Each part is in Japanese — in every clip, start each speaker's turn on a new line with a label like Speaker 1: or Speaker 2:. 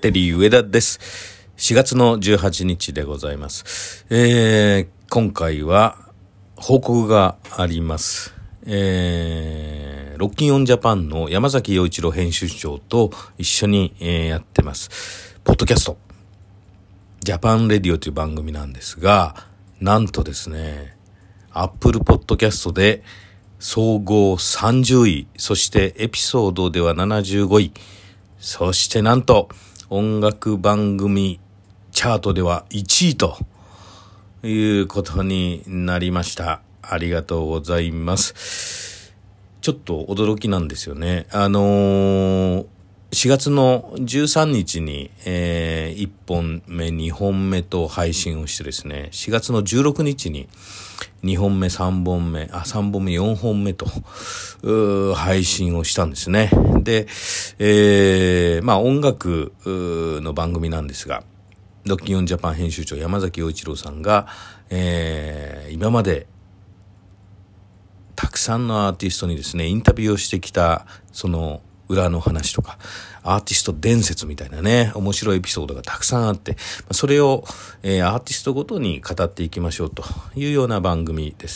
Speaker 1: テリー上田です。4月の18日でございます。今回は報告があります。ロッキンオンジャパンの山崎陽一郎編集長と一緒に、やってます。ポッドキャスト。ジャパンレディオという番組なんですが、なんとですね、Apple Podcast で総合30位、そしてエピソードでは75位、そしてなんと音楽番組チャートでは1位ということになりました。ありがとうございます。ちょっと驚きなんですよね。4月の13日に、1本目、2本目と配信をしてですね、4月の16日に2本目、3本目、4本目と、配信をしたんですね。で、音楽の番組なんですが、ロッキンオンジャパン編集長山崎陽一郎さんが、今までたくさんのアーティストにですね、インタビューをしてきた、その裏の話とか、アーティスト伝説みたいなね、面白いエピソードがたくさんあって、それを、アーティストごとに語っていきましょうというような番組です。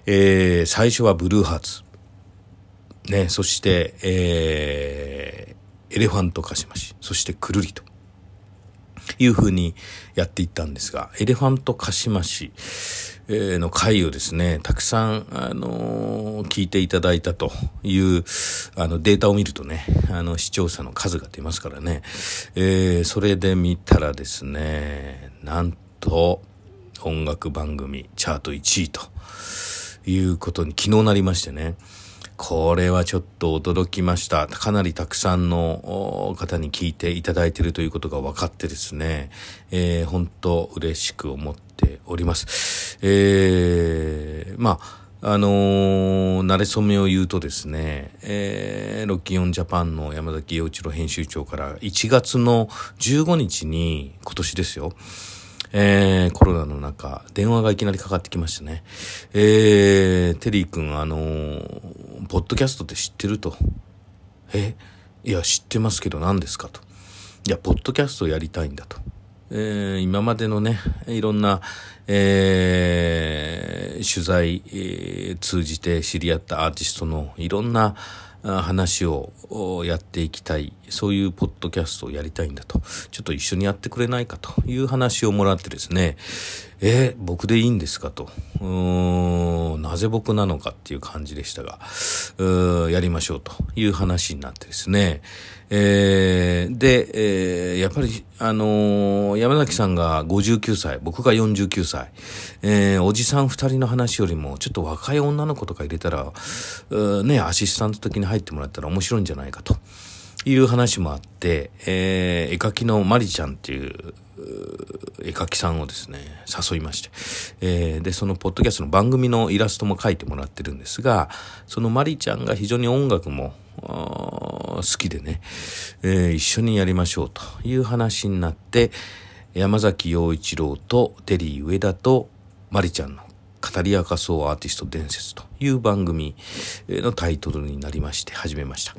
Speaker 1: 最初はブルーハーツ。ね、そして、エレファントカシマシ、そしてくるりという風にやっていったんですが、エレファントカシマシの回をですね、たくさん、聞いていただいたという、データを見るとね、視聴者の数が出ますからね、それで見たらですね、なんと、音楽番組チャート1位ということに昨日なりましてね、これはちょっと驚きました。かなりたくさんの方に聞いていただいているということが分かってですね、本当嬉しく思っております。慣れ初めを言うとですね、ロッキンオンジャパンの山崎陽一郎編集長から1月の15日に今年ですよ、コロナの中、電話がいきなりかかってきましたね。テリー君、ポッドキャストって知ってると。いや、知ってますけど何ですかと。いや、ポッドキャストやりたいんだと。今までのね、いろんな、取材、通じて知り合ったアーティストのいろんな話をやっていきたい、そういうポッドキャストをやりたいんだと、ちょっと一緒にやってくれないかという話をもらってですね、僕でいいんですかと、なぜ僕なのかっていう感じでしたが、やりましょうという話になってですね、やっぱり山崎さんが59歳、僕が49歳、おじさん2人の話よりもちょっと若い女の子とか入れたら、アシスタント的に入ってもらったら面白いんじゃないかという話もあって、絵描きのマリちゃんっていう絵描きさんをですね誘いまして、でそのポッドキャストの番組のイラストも描いてもらってるんですが、そのマリちゃんが非常に音楽も好きでね、一緒にやりましょうという話になって、山崎陽一郎とテリー上田とマリちゃんの語り明かそうアーティスト伝説という番組のタイトルになりまして始めました。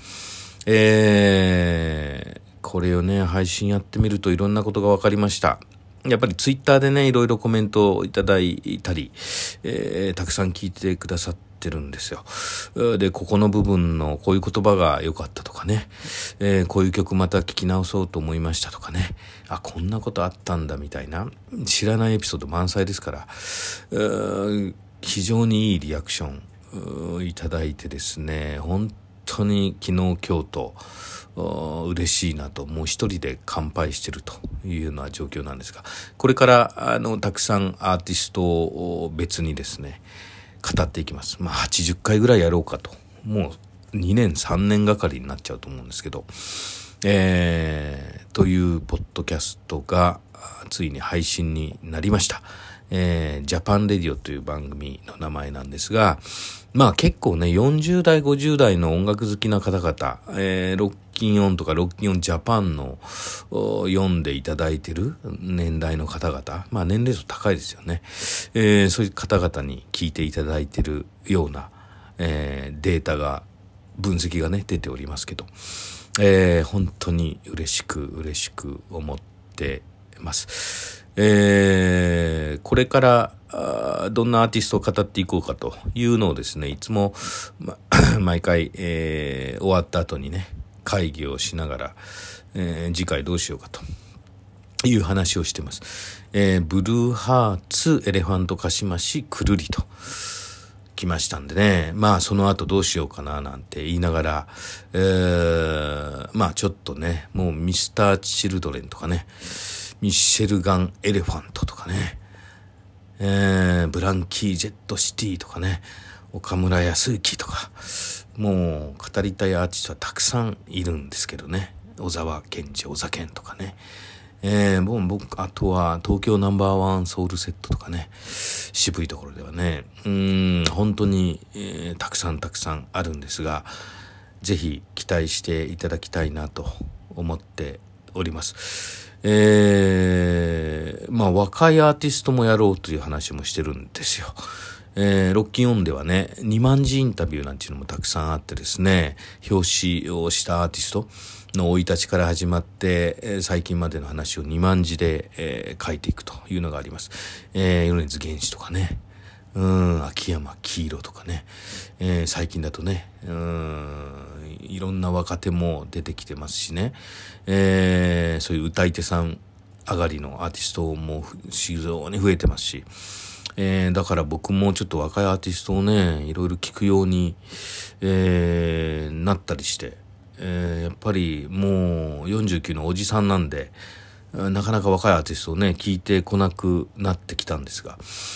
Speaker 1: これをね配信やってみるといろんなことが分かりました。やっぱりツイッターでねいろいろコメントをいただいたり、たくさん聞いてくださってるんですよ。でここの部分のこういう言葉が良かったとかね、こういう曲また聞き直そうと思いましたとかね、こんなことあったんだみたいな知らないエピソード満載ですから、非常にいいリアクションいただいてですね、本当に昨日今日と嬉しいなと、もう一人で乾杯してるというような状況なんですが、これからたくさんアーティストを別にですね語っていきます。80回ぐらいやろうかと、もう2年3年がかりになっちゃうと思うんですけど、というポッドキャストがついに配信になりました。ジャパンレディオという番組の名前なんですが、結構ね40代50代の音楽好きな方々、ロッキンオンとかロッキンオンジャパンの読んでいただいてる年代の方々、年齢層高いですよね、そういう方々に聞いていただいてるような、データが分析がね出ておりますけど、 本当に嬉しく思ってます。これからどんなアーティストを語っていこうかというのをですね、いつも、毎回、終わった後にね、会議をしながら、次回どうしようかという話をしてます。ブルーハーツ、エレファントカシマシ、くるりと来ましたんでね、その後どうしようかななんて言いながら、ちょっとね、もうミスターチルドレンとかね、ミッシェルガン・エレファントとかね、ブランキー・ジェット・シティとかね、岡村康之とか、もう語りたいアーティストはたくさんいるんですけどね、小沢健二、小沢健とかね、僕、あとは東京ナンバーワンソウルセットとかね、渋いところではね、本当に、たくさんあるんですが、ぜひ期待していただきたいなと思っております。若いアーティストもやろうという話もしてるんですよ。ロッキンオンではね、2万字インタビューなんていうのもたくさんあってですね、表紙をしたアーティストの生い立ちから始まって、最近までの話を2万字で、書いていくというのがあります。米津玄師とかね、秋山黄色とかね、最近だとね、いろんな若手も出てきてますしね、そういう歌い手さん上がりのアーティストも非常に増えてますし、だから僕もちょっと若いアーティストをね、いろいろ聞くように、なったりして、やっぱりもう49のおじさんなんで、なかなか若いアーティストをね、聞いてこなくなってきたんですが、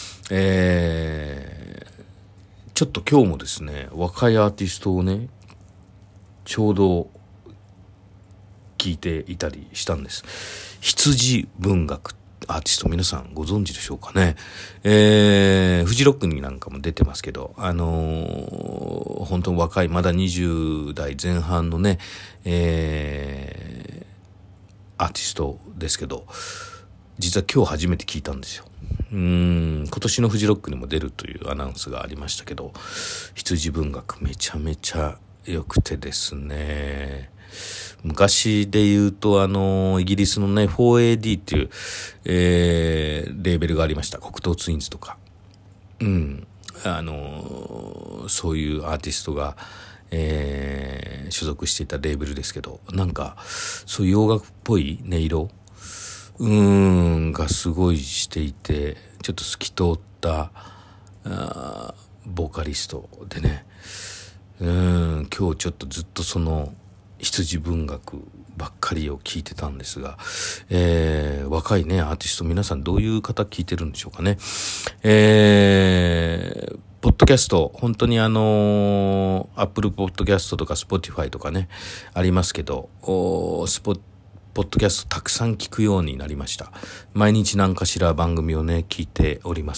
Speaker 1: ちょっと今日もですね、若いアーティストをね、ちょうど聞いていたりしたんです。羊文学アーティスト皆さんご存知でしょうかね。フジロックになんかも出てますけど、本当に若い、まだ20代前半のね、アーティストですけど、実は今日初めて聞いたんですよ。今年のフジロックにも出るというアナウンスがありましたけど、羊文学めちゃめちゃ良くてですね、昔で言うとイギリスのね 4AD っていう、レーベルがありました。黒糖ツインズとか、そういうアーティストが、所属していたレーベルですけど、なんかそういう洋楽っぽい音色がすごいしていて、ちょっと透き通ったボーカリストでね、今日ちょっとずっとその羊文学ばっかりを聞いてたんですが、若いねアーティスト皆さんどういう方聞いてるんでしょうかね。ポッドキャスト本当にApple ポッドキャストとか Spotify とかねありますけど、ポッドキャストたくさん聞くようになりました。毎日何かしら番組をね聞いております。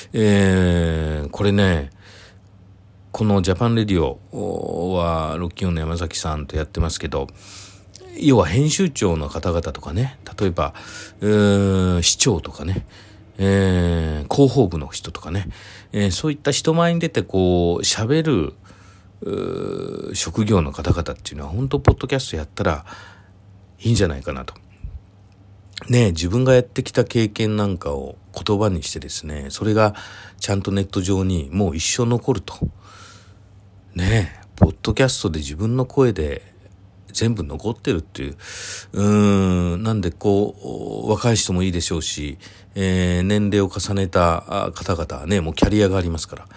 Speaker 1: これね、このジャパンレディオはロッキンオンの山崎さんとやってますけど、要は編集長の方々とかね、例えば市長とかね、広報部の人とかね、そういった人前に出てこう喋る職業の方々っていうのは本当ポッドキャストやったらいいんじゃないかなとね。自分がやってきた経験なんかを言葉にしてですね、それがちゃんとネット上にもう一生残るとね。ポッドキャストで自分の声で全部残ってるっていう、なんでこう若い人もいいでしょうし、年齢を重ねた方々はねもうキャリアがありますから、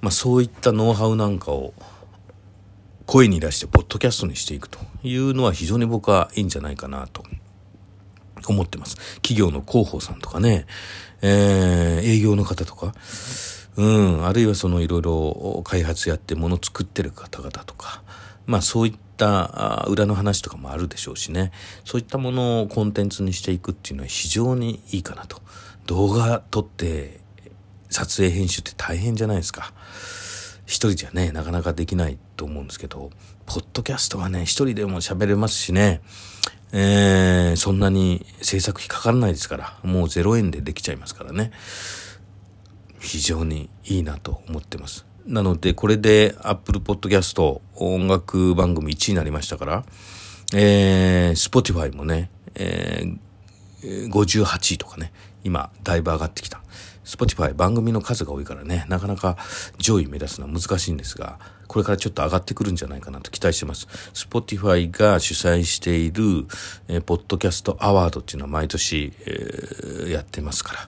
Speaker 1: そういったノウハウなんかを声に出してポッドキャストにしていくというのは非常に僕はいいんじゃないかなと思ってます。企業の広報さんとかね、営業の方とか、あるいはそのいろいろ開発やって物作ってる方々とか、そういった裏の話とかもあるでしょうしね、そういったものをコンテンツにしていくっていうのは非常にいいかなと。動画撮って撮影編集って大変じゃないですか。一人じゃねなかなかできないと思うんですけど、ポッドキャストはね一人でも喋れますしね、そんなに制作費かからないですから、もう0円でできちゃいますからね、非常にいいなと思ってます。なのでこれで Apple Podcast 音楽番組1位になりましたから、 Spotify もね、58位とかね、今だいぶ上がってきた。Spotify 番組の数が多いからね、なかなか上位目指すのは難しいんですが、これからちょっと上がってくるんじゃないかなと期待してます。Spotify が主催している、ポッドキャストアワードっていうのは毎年、やってますから、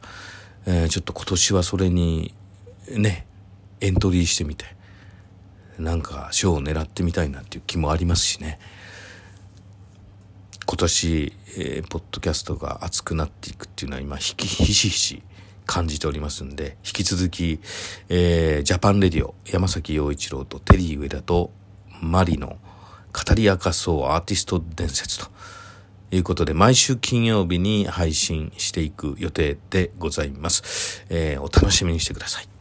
Speaker 1: ちょっと今年はそれにね、エントリーしてみて、なんか賞を狙ってみたいなっていう気もありますしね。今年、ポッドキャストが熱くなっていくっていうのは今ひしひし感じておりますんで、引き続き、ジャパンレディオ山崎陽一郎とテリー上田とマリの語り明かそうアーティスト伝説ということで、毎週金曜日に配信していく予定でございます。お楽しみにしてください。